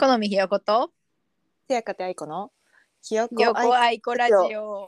好みひよことせやかてあいこのひよひよこあいこラジオ。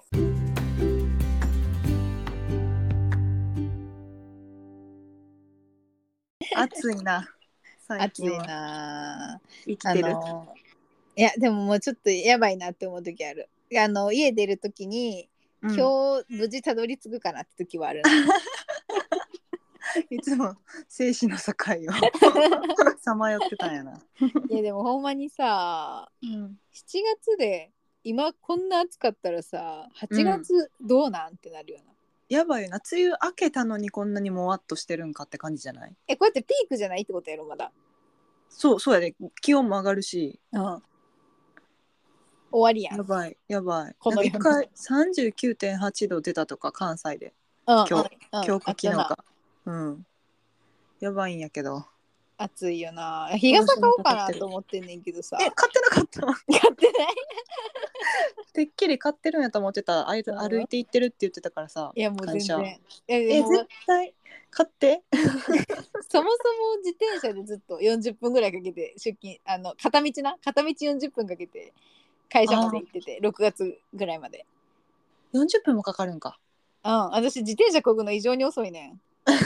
暑いな最暑い近はな。 生きてる。 いやでももうちょっとやばいなって思う時ある。家出る時に、今日無事たどり着くかなって時はあるな。 いつも生死の境をさまよってたんやな。 いやでもほんまにさ、7月で今こんな暑かったらさ、8月どうなんってなるよな。 やばいよな、梅雨明けたのにこんなにもわっとしてるんかって感じじゃない？ こうやってピークじゃないってことやろまだ。 そうやで、気温も上がるし、 終わりやん。 やばいこのなんか一回 39.8 度出たとか関西で、今日か昨日か、やばいんやけど。 暑いよな。日傘買おうかなと思ってんねんけどさ。 買ってなかった買ってない。てっきり買ってるんやと思ってた。歩いて行ってるって言ってたからさ。 いやもう全然。 絶対買ってそもそも自転車でずっと40分ぐらいかけて出勤、片道40分かけて会社まで行ってて、6月ぐらいまで。 40分もかかるんか。 私自転車こぐの異常に遅いねん。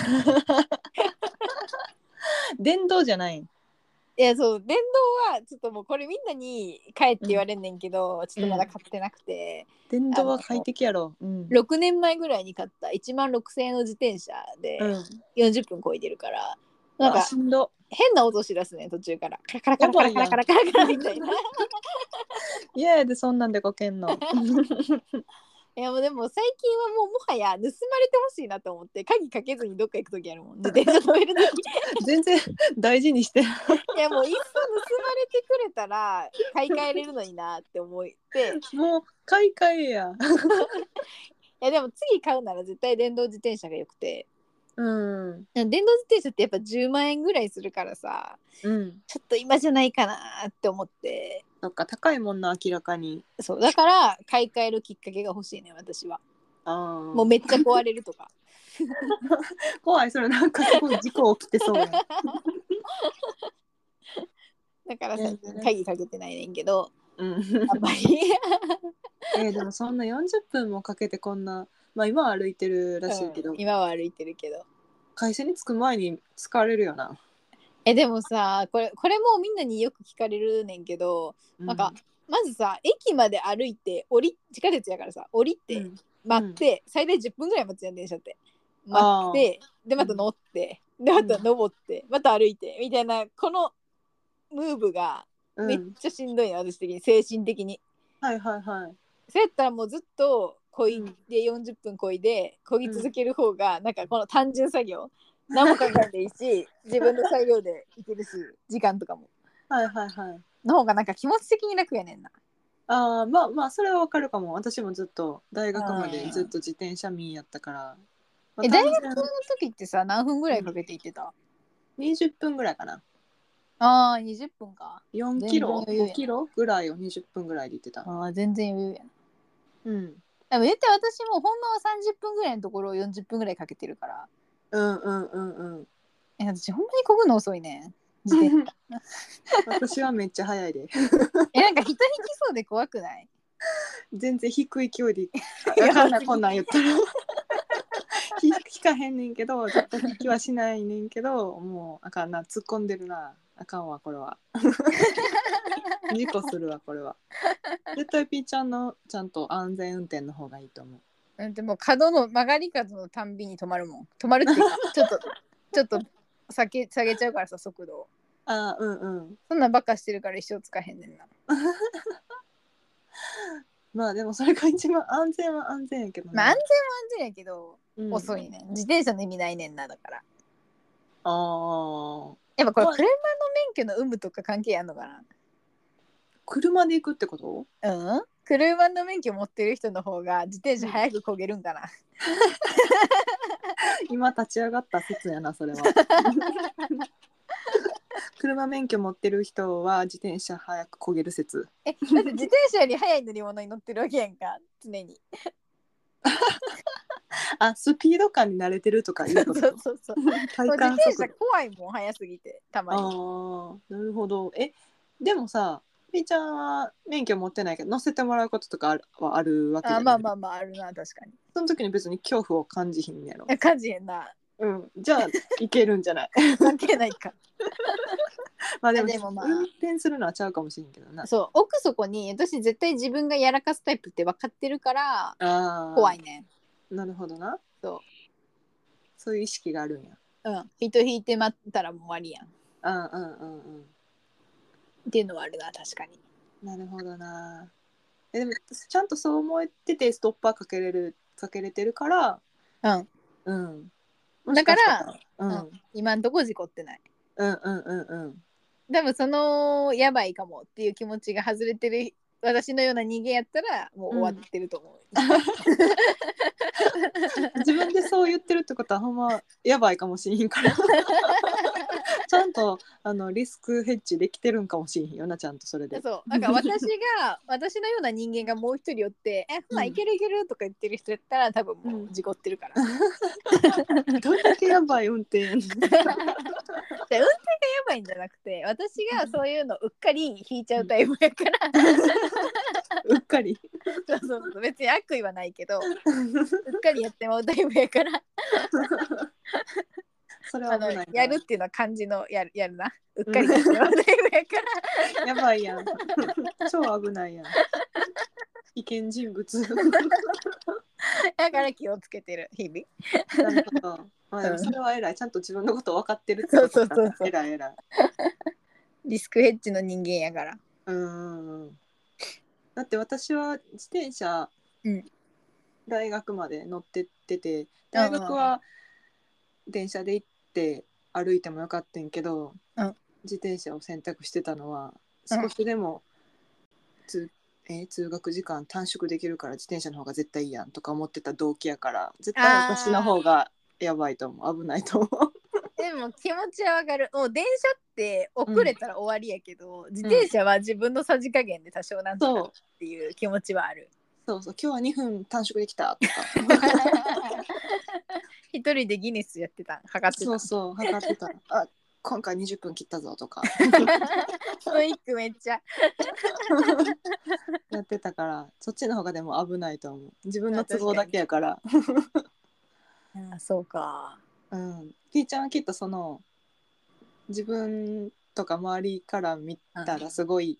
電動じゃないん？ いやそう、電動はちょっともうこれみんなに買えって言われんねんけど、ちょっとまだ買ってなくて、 電動は快適やろ。 6年前ぐらいに買った1万6000円の自転車で40分こいでるから、なんか変な音しだすね途中から、カラカラカラカラカラカラカラカラみたいな。 いやでそんなんでこけんの。 いやもうでも最近はもはや盗まれてほしいなと思って鍵かけずにどっか行くときあるもん、自転車止めるとき。 全然大事にして。 いやもういっそ盗まれてくれたら買い替えれるのになって思って、 もう買い替えや。 いやでも次買うなら絶対電動自転車がよくて、電動自転車ってやっぱ10万円ぐらいするからさ、ちょっと今じゃないかなって思って。 そっか、高いもんな、明らかに。 そうだから買い替えるきっかけが欲しいね私は。もうめっちゃ壊れるとか。 怖い、それなんかすごい事故起きてそうや。 だからさ、鍵かけてないねんけど、 あんまり。でもそんな40分もかけてこんな、まあ今は歩いてるらしいけど、 今は歩いてるけど会社に着く前に疲れるよな。 でもさ、これもみんなによく聞かれるねんけど、なんかまずさ、駅まで歩いて地下鉄やからさ、降りて、待って、最大10分ぐらい待つやん電車って。待ってでまた乗って、でまた登って、また歩いてみたいな、このムーブがめっちゃしんどいな、私的に、精神的に。そうやったらもうずっとこいで40分こいでこぎ続ける方が、なんかこの単純作業何も考えていいし、自分の作業でいけるし、時間とかもの方がなんか気持ち的に楽やねんな。 まあそれはわかるかも。私もずっと大学までずっと自転車民やったから。 大学の時ってさ何分ぐらいかけて行ってた ？20分ぐらいかな。 20分か。 4キロ5キロぐらいを20分ぐらいで行ってた。 全然余裕やな。でも言って私もほんのは30分ぐらいのところを40分ぐらいかけてるから。私ほんまにこぐの遅いね、自転車。 私はめっちゃ速いで。 なんか人引きそうで怖くない？ 全然低い距離。わかんない、こんなん言ったら。引かへんねんけど、絶対引きはしないねんけど、もうあかんな、突っ込んでるな。あかんわ、これは。事故するわ、これは。絶対ピーちゃんのちゃんと安全運転の方がいいと思う。 でも曲がり角のたんびに止まるもん。止まるっていうか、ちょっと下げちゃうからさ、速度を。そんなバカしてるから一生つかへんねんな。 まあでもそれが一番安全は安全やけどな。安全は安全やけど、遅いねん。自転車の意味ないねんな、だから。やっぱこれ車の免許の有無とか関係あんのかな？ 車で行くってこと？ 車の免許持ってる人の方が自転車早く漕げるんかな。 今立ち上がった説やな、それは。車免許持ってる人は自転車早く漕げる説。 だって自転車より速い乗り物に乗ってるわけやんか、常に。 スピード感に慣れてるとかいうこと。 そう自転車怖いもん、速すぎて、たまに。 なるほど。 でもさ、みーちゃんは免許持ってないけど乗せてもらうこととかあるわけじゃない。 まあまあまああるな、確かに。 その時に別に恐怖を感じひんやろ。 感じへんな。 うん、じゃあいけるんじゃない。 関係ないか。 まあでもでもまあ運転するのはちゃうかもしれんけどな。 そう奥底に私絶対自分がやらかすタイプって分かってるから怖いね。 なるほどな。 そそういう意識があるんや。 人引いて待ったらもう終わりやんっうんうんうんうん。 ていうのはあるな、確かに。 なるほどな。でもちゃんとそう思っててストッパーかけれてるから、 うんうん。もしだかかしたら、 ら、 うん、 今んとこ事故ってない。 うんうんうんうん。 多分そのやばいかもっていう気持ちが外れてる私のような人間やったらもう終わってると思う、 自分でそう言ってるってことはほんまやばいかもしれんからちゃんとリスクヘッジできてるんかもしれんよな、ちゃんとそれで。 そうなんか私のような人間がもう一人おってほないけるいけるとか言ってる人やったら多分もう事故ってるから、 どんだけやばい運転やねん。 で運転がやばいんじゃなくて私がそういうのうっかり引いちゃうタイプやからうっかり。 そう別に悪意はないけどうっかりやってまうタイプやからそれは危ないな。 やるっていうのは漢字のやるなうっかりやってまうタイプやからやばいやん。超危ないやん。危険人物。 だから気をつけてる日々。 なるほど。まあでもそれは偉い。ちゃんと自分のこと分かってるってことだから。 そう偉い偉い。 リスクヘッジの人間やから。 うん。だって私は自転車、大学まで乗ってってて、大学は電車で行って歩いてもよかったんけど、自転車を選択してたのは少しでも通学時間短縮できるから自転車の方が絶対いいやんとか思ってた動機やから、絶対私の方がやばいと思う、危ないと思う。 でも気持ちはわかる。もう電車って遅れたら終わりやけど、自転車は自分のさじ加減で多少なんとかっていう気持ちはある。 そうそう、今日は2分短縮できたとか一人でギネスやってた測ってた。 そうそう測ってた。あ、今回20分切ったぞとかストイックめっちゃやってたから、そっちの方がでも危ないと思う。自分の都合だけやから。 そうか。 ピーちゃんはきっとその自分とか周りから見たらすごい、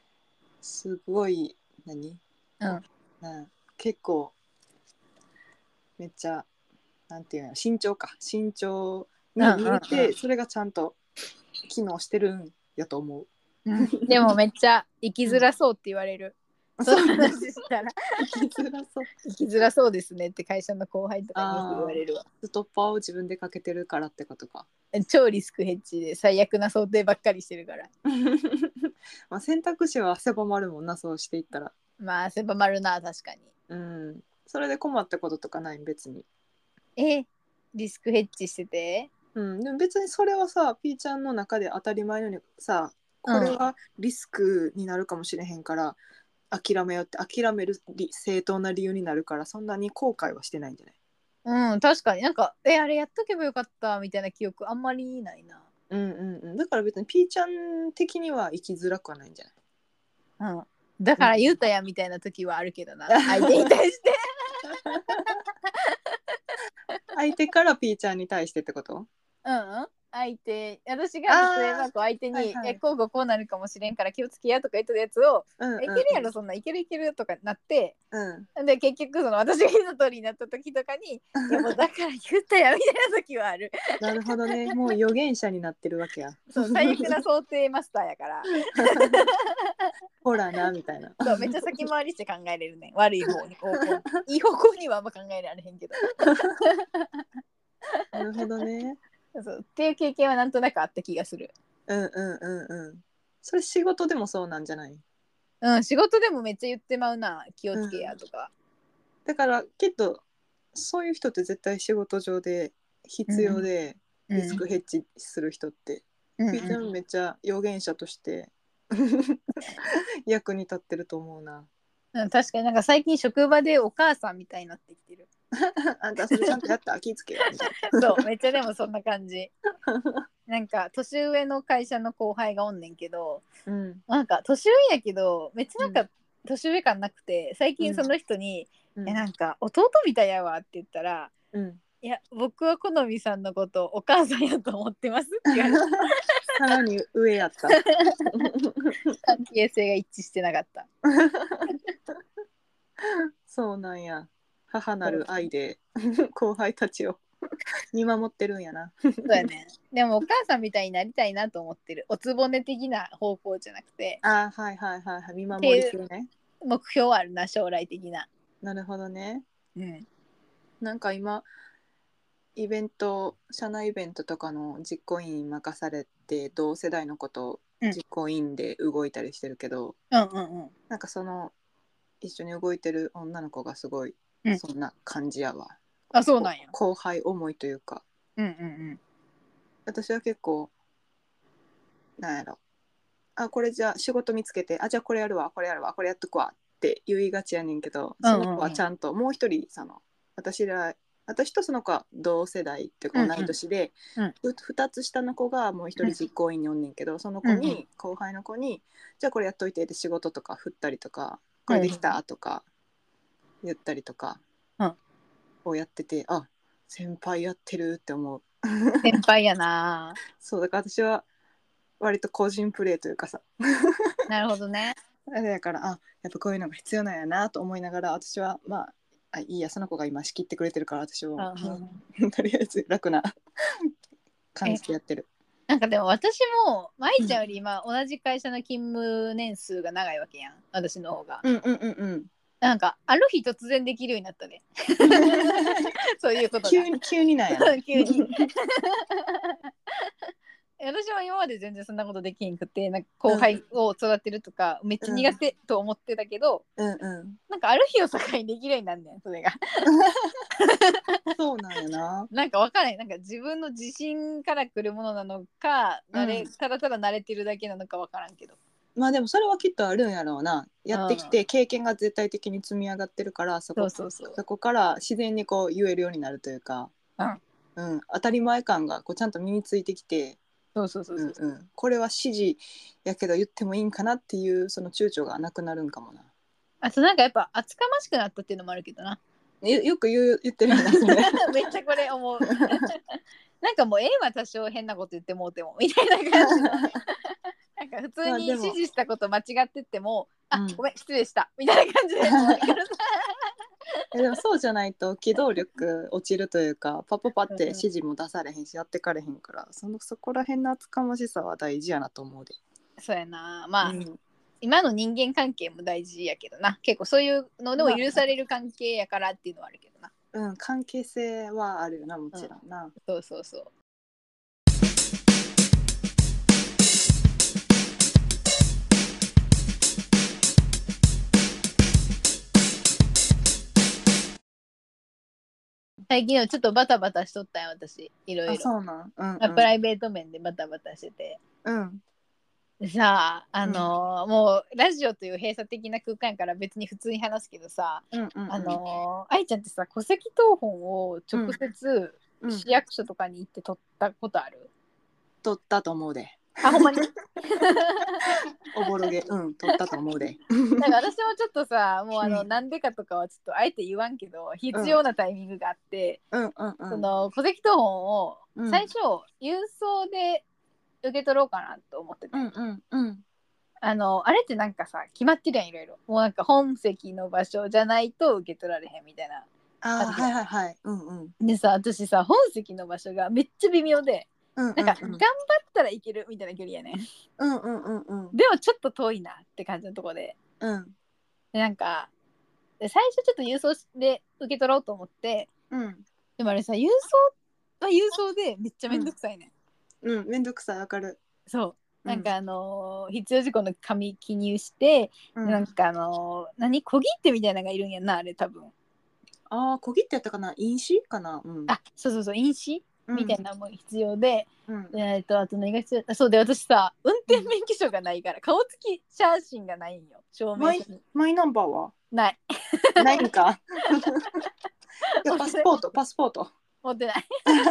何、結構めっちゃなんていうの、慎重に見えて、それがちゃんと機能してるんやと思う。 でもめっちゃ生きづらそうって言われる。その話したら生きづらそう。 生きづらそうですねって会社の後輩とかによく言われるわ。 ストッパーを自分でかけてるからってことか。 超リスクヘッジで最悪な想定ばっかりしてるから。 まあ選択肢は狭まるもんな、そうしていったら。 まあ狭まるな、確かに。 それで困ったこととかないん、別に。 リスクヘッジしてて。 でも別にそれはさ、ピーちゃんの中で当たり前のようにさ、これはリスクになるかもしれへんから、諦めようって諦める正当な理由になるから、そんなに後悔はしてないんじゃない？ 確かになんかあれやっとけばよかったみたいな記憶あんまりないな。 だから別にピーちゃん的には生きづらくはないんじゃない？だから言うたやみたいな時はあるけどな、相手に対して相手からピーちゃんに対してってこと？ 私が例えばこう相手に、こうなるかもしれんから気をつけやとか言ったやつを、いけるやろそんないけるとかなって、で結局その私が言った通りになった時とかにいやもうだから言ったやみたいな時はある。 なるほどね、もう予言者になってるわけや。 そう、最悪な想定マスターやからほらなみたいな。 そう、めっちゃ先回りして考えれるね、悪い方にいい方向にはあんま考えられへんけどなるほどね。 そうっていう経験はなんとなくあった気がする。 それ仕事でもそうなんじゃない？ 仕事でもめっちゃ言ってまうな、気をつけやとか。 だからきっとそういう人って絶対仕事上で必要で、リスクヘッジする人って、ピーちゃんめっちゃ予言者として役に立ってると思うな。 確かになんか最近職場でお母さんみたいになってきてる。 あんたそれちゃんとやった気ぃつけよみたいそうめっちゃでもそんな感じ。なんか年上の会社の後輩がおんねんけど、 な。 なんか年上やけどめっちゃなんか年上感なくて、最近その人に、なんか弟みたいやわって言ったら、いや僕は好みさんのことお母さんやと思ってますって言われた。 さらに上やった。 関係性が一致してなかった。 そうなんや。母なる愛で後輩たちを見守ってるんやな。 そうやね。でもお母さんみたいになりたいなと思ってる。おつぼね的な方向じゃなくて。 あ、はいはいはいはい、見守り系ね。 目標あるな、将来的な。 なるほどね。 うん。 なんか今イベント、社内イベントとかの実行委員任されて同世代のことを実行委員で動いたりしてるけど、なんかその一緒に動いてる女の子がすごいそんな感じやわ。 あ、そうなんや。 後輩思いというか、私は結構なんやろ、あ、これじゃあ仕事見つけて、あ、じゃあこれやるわこれやるわこれやっとくわって言いがちやねんけど、その子はちゃんともう一人私とその子は同世代っていうか同い年で、2つ下の子がもう一人実行委員におんねんけど、その子に、後輩の子にじゃあこれやっといてって仕事とか振ったりとか、これできたとか言ったりとかをやってて、あ、先輩やってるって思う。 先輩やな。 そうだから私は割と個人プレーというかさなるほどね。 だから、あ、やっぱこういうのが必要なんやなと思いながら、私はまあいいや、その子が今仕切ってくれてるから私は、とりあえず楽な感じでやってる。 なんかでも私も舞ちゃんより今同じ会社の勤務年数が長いわけやん、私の方が。なんかある日突然できるようになったね。そういうことが急になんや急に私は今まで全然そんなことできんくて、なんか後輩を育てるとかめっちゃ苦手と思ってたけど、なんかある日を境にできるようになんねん、それが。 そうなんやな。 なんか分からない、なんか自分の自信から来るものなのか、ただただ慣れてるだけなのか分からんけど、 まあでもそれはきっとあるんやろうな。やってきて経験が絶対的に積み上がってるから、そこから自然にこう言えるようになるというか、当たり前感がこうちゃんと身についてきて、これは指示やけど言ってもいいんかなっていうその躊躇がなくなるんかもな。 あとなんかやっぱ厚かましくなったっていうのもあるけどな。 よく言ってるよねめっちゃこれ思う。なんかもうは多少変なこと言ってもうてもみたいな感じのなんか普通に指示したこと間違ってっても、あ、ごめん失礼したみたいな感じででもそうじゃないと機動力落ちるというか、パって指示も出されへんしやってかれへんから、そこら辺の厚かましさは大事やなと思うで。 そうやな。まあ、今の人間関係も大事やけどな。結構そういうのでも許される関係やからっていうのはあるけどな。 関係性はあるよな、もちろんな。 そうそうそう。最近はちょっとバタバタしとったよ、私。いろいろ。 そうなん。 プライベート面でバタバタしてて。さあ、もうラジオという閉鎖的な空間やから別に普通に話すけどさ、愛ちゃんってさ、戸籍謄本を直接市役所とかに行って取ったことある？ 取ったと思うで。 あ、ほんまにおぼろげ、取ったと思うで。 なんか私もちょっとさ、もうなんでかとかはちょっとあえて言わんけど、必要なタイミングがあって、その戸籍謄本を最初、郵送で受け取ろうかなと思ってて、あれってなんかさ決まってるやん、いろいろ。もうなんか本籍の場所じゃないと受け取られへんみたいな。でさ、私さ本籍の場所がめっちゃ微妙で、なんか頑張ったらいけるみたいな距離やねん。でもちょっと遠いなって感じのとこで、でなんか最初ちょっと郵送で受け取ろうと思って、でもあれさ、郵送は郵送でめっちゃめんどくさいねん。めんどくさい、わかる。 そう、なんか必要事項の紙記入して、なんか小切手みたいなのがいるんやな、あれ多分。 ああ、小切手やったかな、印紙かな。 あ、そう印紙みたいなのも必要で、あと何が必要？そうで、私さ運転免許証がないから顔つき写真がないんよ、証明書に。 マイナンバーはないないんかパスポートパスポート持ってない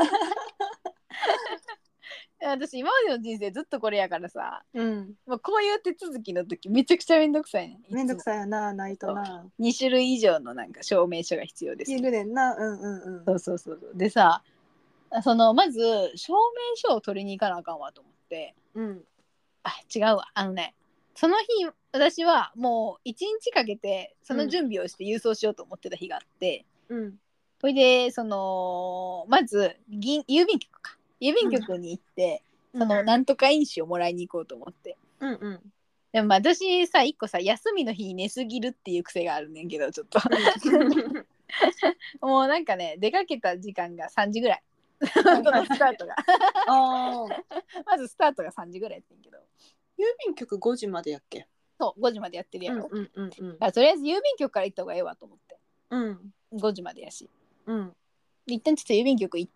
私今までの人生ずっとこれやからさ、もうこういう手続きの時めちゃくちゃめんどくさいね。 めんどくさいよな、ないとな。 2種類以上のなんか証明書が必要です。 いるねんな。 そうでさ、そのまず証明書を取りに行かなあかんわと思って、違うわ、その日私はもう1日かけてその準備をして郵送しようと思ってた日があって、それでそのまず郵便局に行って、そのなんとか印紙をもらいに行こうと思って、でも私さ1個さ休みの日に寝すぎるっていう癖があるねんけど、ちょっともうなんかね、出かけた時間が3時ぐらいそのスタートがまずスタートが3時ぐらいやってんけど、 郵便局5時までやっけ。 そう5時までやってるやろ。とりあえず郵便局から行った方がええわと思って、5時までやし、一旦ちょっと郵便局行って、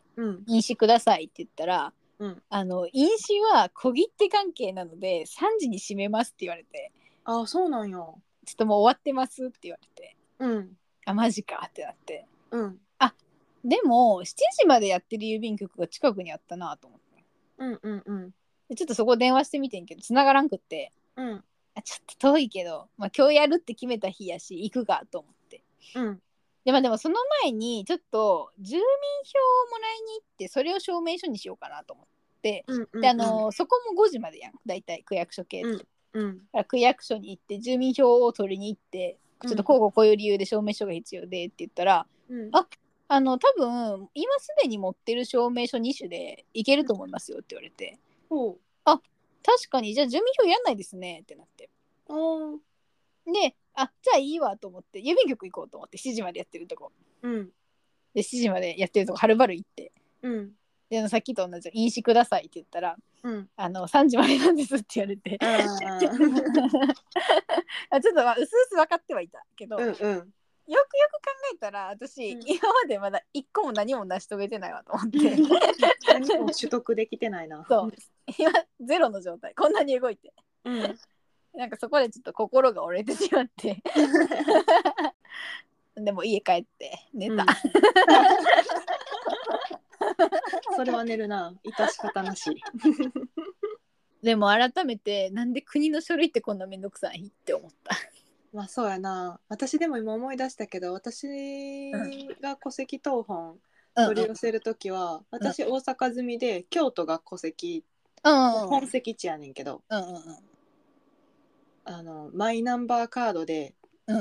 印紙くださいって言ったら、印紙は小切手関係なので3時に閉めますって言われて、 あ、そうなんや。 ちょっともう終わってますって言われて、あ、マジかってなって、あ、でも7時までやってる郵便局が近くにあったなと思って、でちょっとそこ電話してみてんけど繋がらんくって、ちょっと遠いけど、今日やるって決めた日やし行くかと思って、でもその前にちょっと住民票をもらいに行ってそれを証明書にしようかなと思って、でそこも5時までやん、だいたい区役所系って、だから区役所に行って住民票を取りに行って、ちょっとこういう理由で証明書が必要でって言ったら、多分今すでに持ってる証明書2種でいけると思いますよって言われて、確かにじゃあ住民票やんないですねってなって、で、じゃあいいわと思って郵便局行こうと思って7時までやってるとこ、で7時までやってるとこはるばる行って、でさっきと同じ印紙くださいって言ったら、3時までなんですって言われてちょっとうすうす分かってはいたけど、よくよく考えたら私、今までまだ一個も何も成し遂げてないわと思って何も取得できてないな。 そう今ゼロの状態、こんなに動いて、なんかそこでちょっと心が折れてしまってでも家帰って寝た、 それは寝るな、致し方なしでも改めてなんで国の書類ってこんなめんどくさいって思った。 まあそうやな。私でも今思い出したけど、私が戸籍謄本取り寄せるときは、私大阪済みで京都が戸籍、本籍地やねんけど、マイナンバーカードで、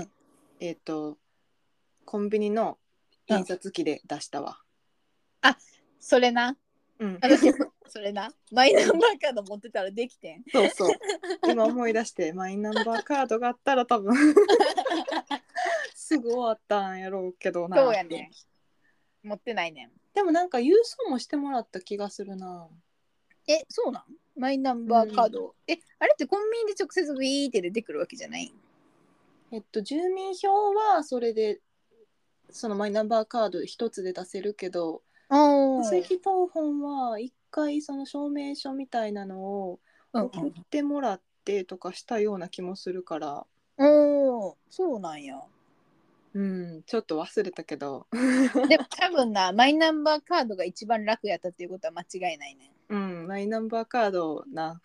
コンビニの印刷機で出したわ。 それな、私それな、マイナンバーカード持ってたらできてん。 そう今思い出して、マイナンバーカードがあったら多分すぐ終わったんやろうけどな。 そうやねん、持ってないねん。 でもなんか郵送もしてもらった気がするな。 そうなん、マイナンバーカード、あれってコンビニで直接ビーって出てくるわけじゃない？ 住民票はそれでそのマイナンバーカード一つで出せるけど、戸籍謄本は一回その証明書みたいなのを送ってもらってとかしたような気もするから、 そうなんや。 ちょっと忘れたけどでも多分な、マイナンバーカードが一番楽やったっていうことは間違いないね。 マイナンバーカードな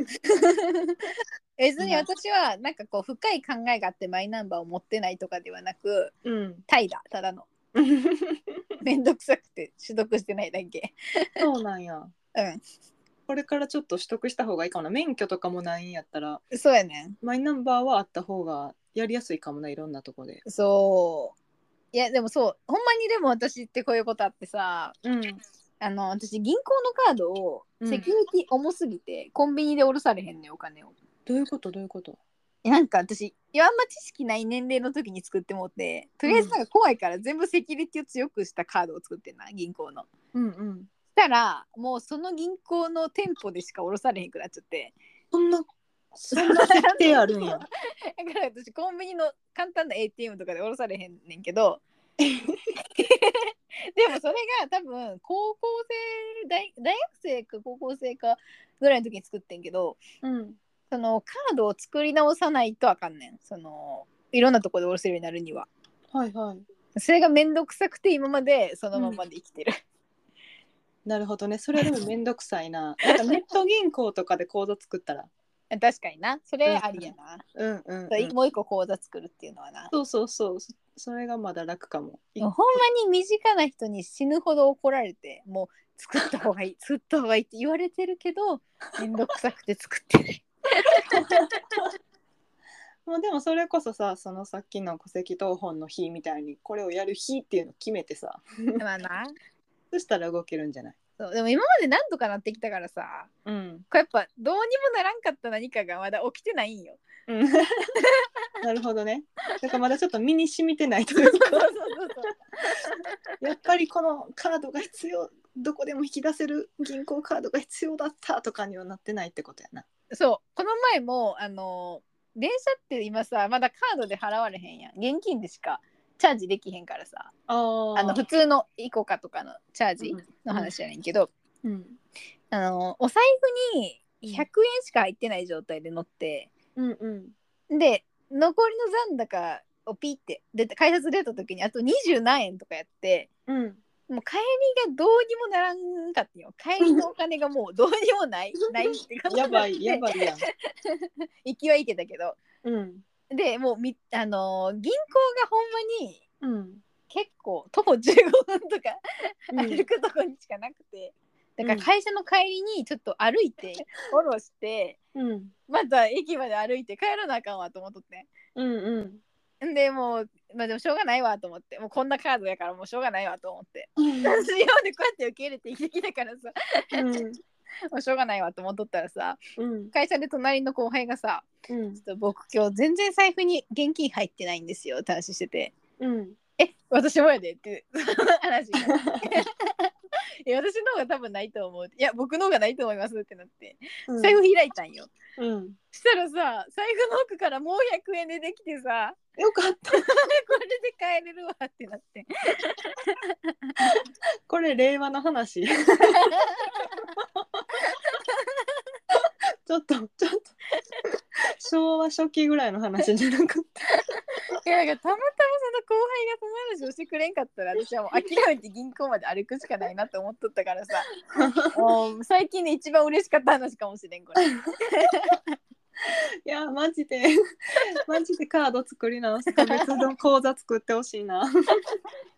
別に私はなんかこう深い考えがあってマイナンバーを持ってないとかではなく、タイだ、ただのめんどくさくて取得してないだけ。 そうなんや。これからちょっと取得した方がいいかもな。免許とかもないんやったら、 そうやねん、 マイナンバーはあった方がやりやすいかもな、いろんなとこで。 いやでもそう、ほんまにでも私ってこういうことあってさ、私銀行のカードをセキュリティ重すぎて、コンビニで下ろされへんねん、お金を。 どういうこと？ なんか私あんま知識ない年齢の時に作ってもって、とりあえずなんか怖いから全部セキュリティを強くしたカードを作ってんな、銀行の。したらもうその銀行の店舗でしか下ろされへんくなっちゃって。そんな設定あるんやだから私コンビニの簡単な ATM とかで下ろされへんねんけどでもそれが多分高校生大学生か高校生かぐらいの時に作ってんけど、そのカードを作り直さないとあかんねん、そのいろんなところで下ろせるようになるには。 それがめんどくさくて今までそのままで生きてる。 なるほどね。それでもめんどくさいな。なんかネット銀行とかで口座作ったら。 確かにな。それありやな。 うんうん、うん。 もう一個口座作るっていうのはな。 そうそうそう。それがまだ楽かも。 ほんまに身近な人に死ぬほど怒られて、もう作った方がいい、作った方がいいって言われてるけど、めんどくさくて作ってない。 まあでもそれこそさ、そのさっきの戸籍謄本の日みたいにこれをやる日っていうのを決めてさ、 まあな。 そしたら動けるんじゃない？ そうでも今まで何とかなってきたからさ、 うん。 これやっぱどうにもならんかった何かがまだ起きてないんよ。 うん、なるほどね。だからまだちょっと身に染みてないというかやっぱりこのカードが必要、どこでも引き出せる銀行カードが必要だったとかにはなってないってことやな。 そうこの前も電車って今さまだカードで払われへんやん。現金でしかチャージできへんからさ、普通のイコカとかのチャージの話やねんけど、 うん、 お財布に100円しか入ってない状態で乗って、 うんうん、 で残りの残高をピーって改札出た時にあと20何円とかやって、 うん、 もう帰りがどうにもならんかってよ。帰りのお金がもうどうにもないって感じやばいやばいやん。 行きはいけたけど、 うん、 でもう銀行がほんまに、 うん、 結構徒歩15分とか歩くとこにしかなくて、だから会社の帰りにちょっと歩いてフォローして、また駅まで歩いて帰らなあかんわと思っとって、でもう、まあ、でもしょうがないわと思って、もうこんなカードやからもうしょうがないわと思って、私今までこうやって受け入れて生きてきたからさ、もうしょうがないわと思っとったらさ、会社で隣の後輩がさ、ちょっと僕今日全然財布に現金入ってないんですよって話してて、私もやでって話になって私の方が多分ないと思う、いや僕の方がないと思いますってなって、財布開いたんよ。したらさ、財布の奥からもう100円出てきてさ、 よかったこれで帰れるわってなってこれ令和の話ちょっと昭和初期ぐらいの話じゃなくていや、なんかたまたまその後輩がその話をしてくれんかったら私はもう諦めて銀行まで歩くしかないなと思っとったからさもう最近で一番嬉しかった話かもしれんこれいやマジでカード作り直すか別の口座作ってほしいな